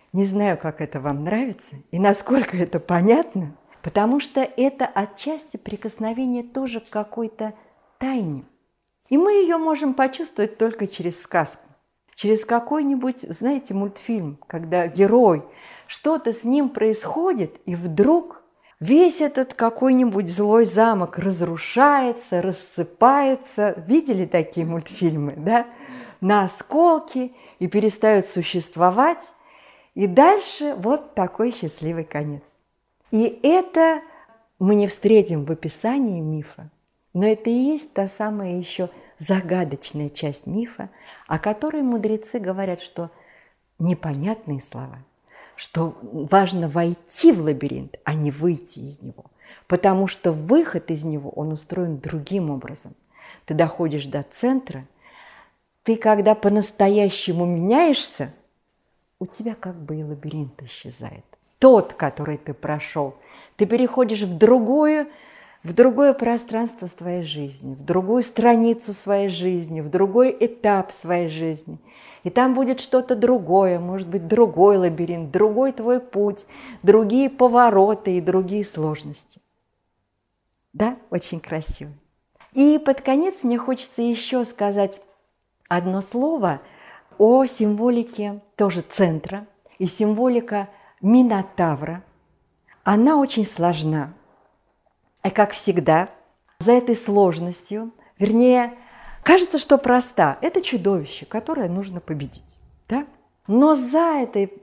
Не знаю, как это вам нравится и насколько это понятно, потому что это отчасти прикосновение тоже к какой-то тайне. И мы ее можем почувствовать только через сказку, через какой-нибудь, знаете, мультфильм, когда герой, что-то с ним происходит, и вдруг весь этот какой-нибудь злой замок разрушается, рассыпается. Видели такие мультфильмы, да? На осколки и перестают существовать. И дальше вот такой счастливый конец. И это мы не встретим в описании мифа, но это и есть та самая еще загадочная часть мифа, о которой мудрецы говорят, что непонятные слова, что важно войти в лабиринт, а не выйти из него, потому что выход из него, он устроен другим образом. Ты доходишь до центра, ты когда по-настоящему меняешься, у тебя как бы и лабиринт исчезает. Тот, который ты прошел, ты переходишь в другое пространство своей жизни, в другую страницу своей жизни, в другой этап своей жизни. И там будет что-то другое, может быть, другой лабиринт, другой твой путь, другие повороты и другие сложности. Да, очень красиво. И под конец мне хочется еще сказать одно слово о символике тоже центра. И символика Минотавра, она очень сложна. И как всегда, за этой сложностью, вернее, кажется, что проста. Это чудовище, которое нужно победить. Да? Но за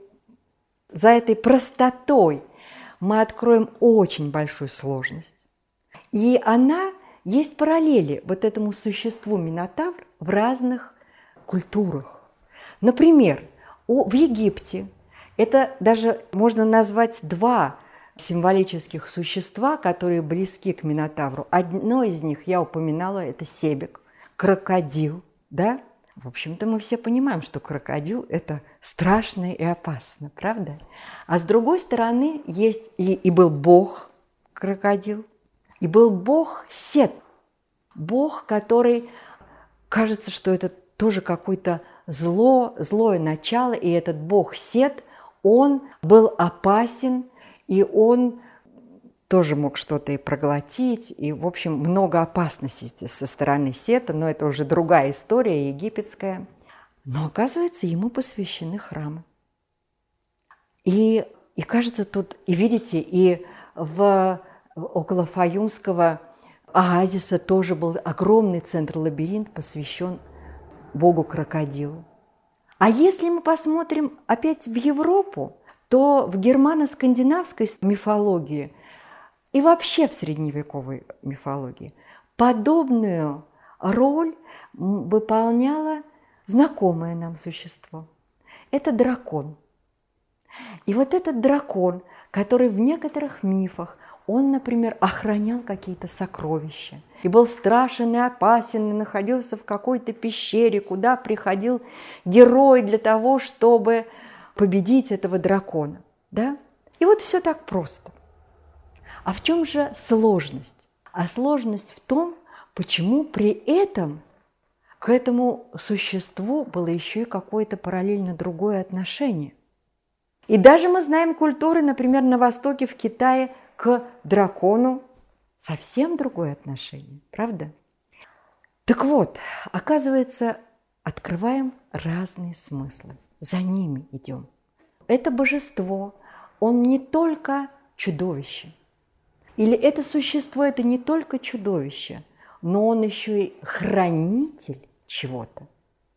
этой простотой мы откроем очень большую сложность. И она есть параллели вот этому существу Минотавр в разных культурах. Например, в Египте это даже можно назвать два символических существа, которые близки к Минотавру. Одно из них, я упоминала, это себек, крокодил. Да? В общем-то, мы все понимаем, что крокодил – это страшно и опасно, правда? А с другой стороны, есть и был бог крокодил, и был бог Сет, бог, который, кажется, что это тоже какое-то злое начало, и этот бог Сет, он был опасен, и он тоже мог что-то и проглотить, и, в общем, много опасностей со стороны Сета, но это уже другая история, египетская. Но, оказывается, ему посвящены храмы. И кажется, тут, и видите, и около Фаюмского оазиса тоже был огромный центр-лабиринт, посвящен богу крокодилу. А если мы посмотрим опять в Европу, то в германо-скандинавской мифологии и вообще в средневековой мифологии подобную роль выполняло знакомое нам существо. Это дракон. И вот этот дракон, который в некоторых мифах, он, например, охранял какие-то сокровища и был страшен и опасен, и находился в какой-то пещере, куда приходил герой для того, чтобы победить этого дракона. Да? И вот все так просто. А в чем же сложность? А сложность в том, почему при этом к этому существу было еще и какое-то параллельно другое отношение. И даже мы знаем культуры, например, на Востоке, в Китае, к дракону совсем другое отношение, правда? Так вот, оказывается, открываем разные смыслы, за ними идем. Это божество, он не только чудовище, или это существо, это не только чудовище, но он еще и хранитель чего-то.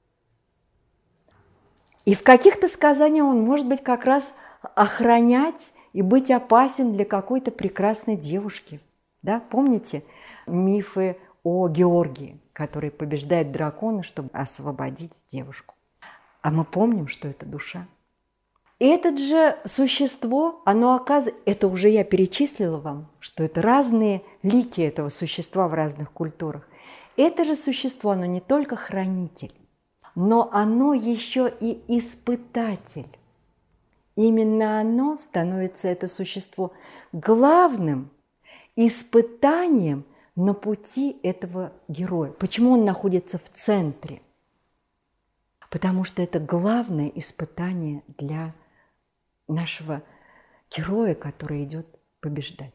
И в каких-то сказаниях он может быть как раз охранять и быть опасен для какой-то прекрасной девушки. Да? Помните мифы о Георгии, который побеждает дракона, чтобы освободить девушку? А мы помним, что это душа. И это же существо, оно оказывается, это уже я перечислила вам, что это разные лики этого существа в разных культурах. Это же существо, оно не только хранитель, но оно еще и испытатель. Именно оно становится, это существо, главным испытанием на пути этого героя. Почему он находится в центре? Потому что это главное испытание для нашего героя, который идет побеждать.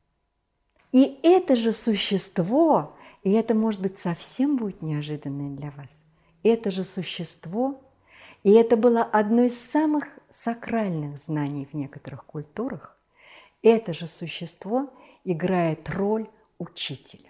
И это же существо, и это, может быть, совсем будет неожиданно для вас, это же существо, и это было одно из самых сакральных знаний в некоторых культурах, это же существо играет роль учителя.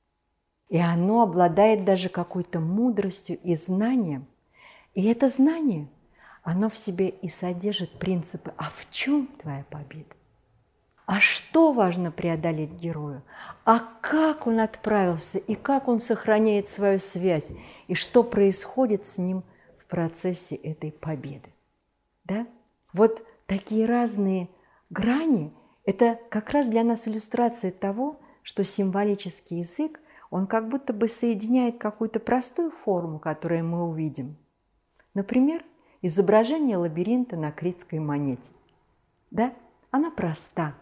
И оно обладает даже какой-то мудростью и знанием. И это знание, оно в себе и содержит принципы, а в чем твоя победа? А что важно преодолеть герою? А как он отправился, и как он сохраняет свою связь, и что происходит с ним в процессе этой победы? Да? Вот такие разные грани – это как раз для нас иллюстрация того, что символический язык, он как будто бы соединяет какую-то простую форму, которую мы увидим. Например, изображение лабиринта на критской монете. Да? Она проста,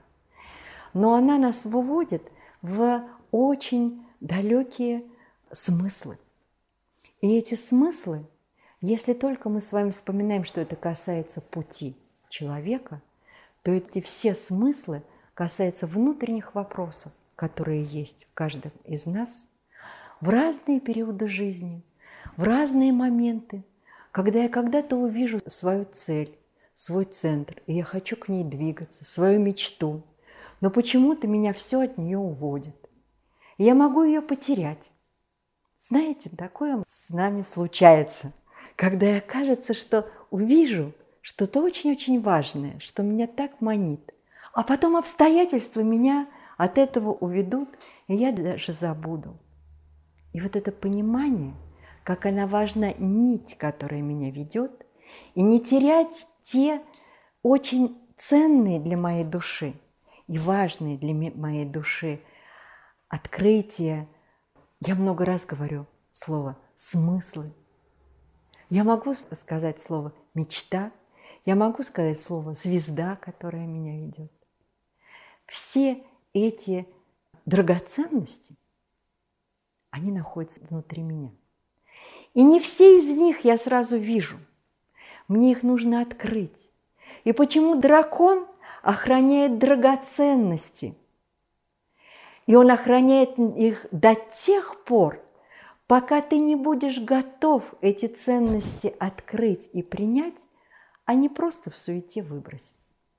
но она нас выводит в очень далекие смыслы. И эти смыслы, если только мы с вами вспоминаем, что это касается пути человека, то эти все смыслы касаются внутренних вопросов, которые есть в каждом из нас в разные периоды жизни, в разные моменты, когда я когда-то увижу свою цель, свой центр, и я хочу к ней двигаться, свою мечту, но почему-то меня все от нее уводит. И я могу ее потерять. Знаете, такое с нами случается, когда я кажется, что увижу что-то очень-очень важное, что меня так манит, а потом обстоятельства меня от этого уведут, и я даже забуду. И вот это понимание, как она важна нить, которая меня ведет, и не терять те очень ценные для моей души и важные для моей души открытия. Я много раз говорю слово «смыслы». Я могу сказать слово «мечта», я могу сказать слово «звезда», которая меня ведет. Все эти драгоценности, они находятся внутри меня. И не все из них я сразу вижу. Мне их нужно открыть. И почему дракон охраняет драгоценности? И он охраняет их до тех пор, пока ты не будешь готов эти ценности открыть и принять, а не просто в суете выбросить.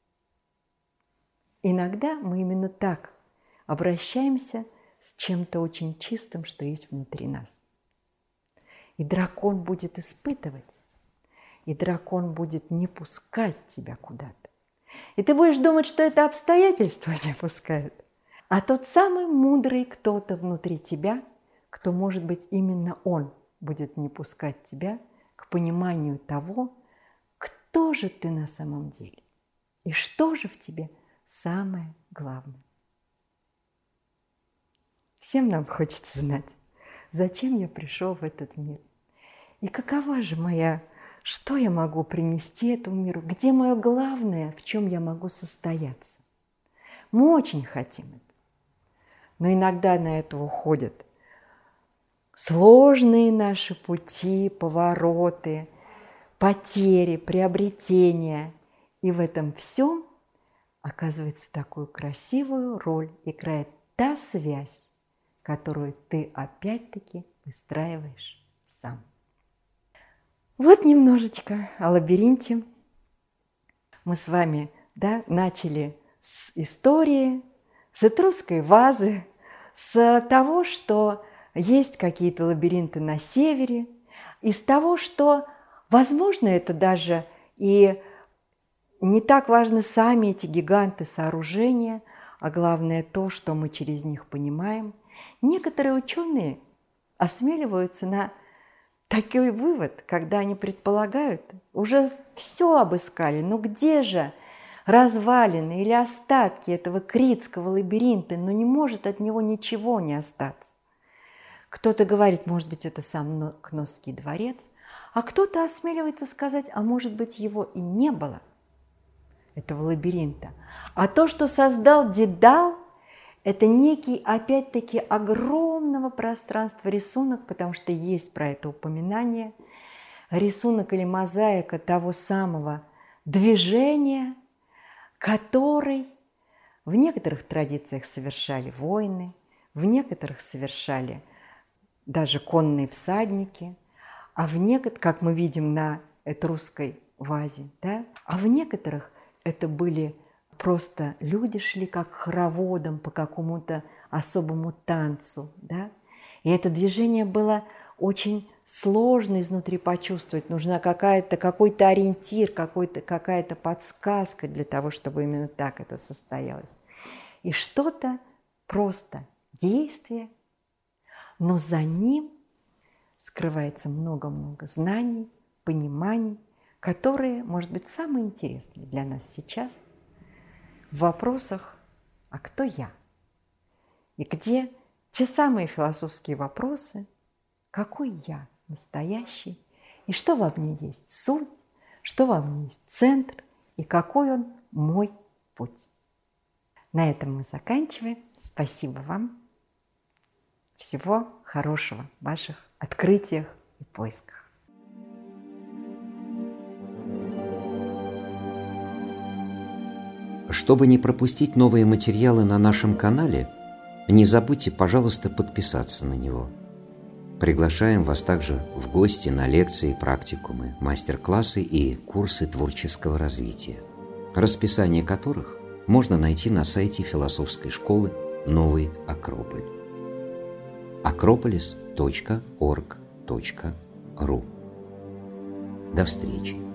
Иногда мы именно так обращаемся с чем-то очень чистым, что есть внутри нас. И дракон будет испытывать, и дракон будет не пускать тебя куда-то. И ты будешь думать, что это обстоятельства не пускают. А тот самый мудрый кто-то внутри тебя, кто, может быть, именно он будет не пускать тебя к пониманию того, кто же ты на самом деле и что же в тебе самое главное. Всем нам хочется знать, зачем я пришел в этот мир. И какова же моя, что я могу принести этому миру, где мое главное, в чем я могу состояться. Мы очень хотим это. Но иногда на это уходят сложные наши пути, повороты, потери, приобретения. И в этом всем, оказывается, такую красивую роль играет та связь, которую ты опять-таки выстраиваешь сам. Вот немножечко о лабиринте. Мы с вами начали с истории, с этрусской вазы, с того, что есть какие-то лабиринты на севере, из того, что, возможно, это даже и не так важны сами эти гиганты сооружения, а главное то, что мы через них понимаем. Некоторые ученые осмеливаются на такой вывод, когда они предполагают, уже все обыскали, но где же развалины или остатки этого критского лабиринта, но не может от него ничего не остаться. Кто-то говорит, может быть, это сам Кносский дворец, а кто-то осмеливается сказать, а может быть, его и не было, этого лабиринта. А то, что создал Дедал, это некий, опять-таки, огромного пространства рисунок, потому что есть про это упоминание, рисунок или мозаика того самого движения, который в некоторых традициях совершали воины, в некоторых совершали даже конные всадники, а в некоторых, как мы видим на этрусской вазе, да, а в некоторых это были просто люди шли как хороводом по какому-то особому танцу, да, и это движение было очень сложно изнутри почувствовать, нужна какой-то ориентир, какая-то подсказка для того, чтобы именно так это состоялось. И что-то просто действие, но за ним скрывается много-много знаний, пониманий, которые, может быть, самые интересные для нас сейчас в вопросах «А кто я?» И где те самые философские вопросы «Какой я настоящий?» и что во мне есть суть, что во мне есть центр и какой он мой путь. На этом мы заканчиваем. Спасибо вам. Всего хорошего в ваших открытиях и поисках.
Чтобы не пропустить новые материалы на нашем канале, не забудьте, пожалуйста, подписаться на него. Приглашаем вас также в гости на лекции, практикумы, мастер-классы и курсы творческого развития, расписание которых можно найти на сайте философской школы «Новый Акрополь» acropolis.org.ru. До встречи!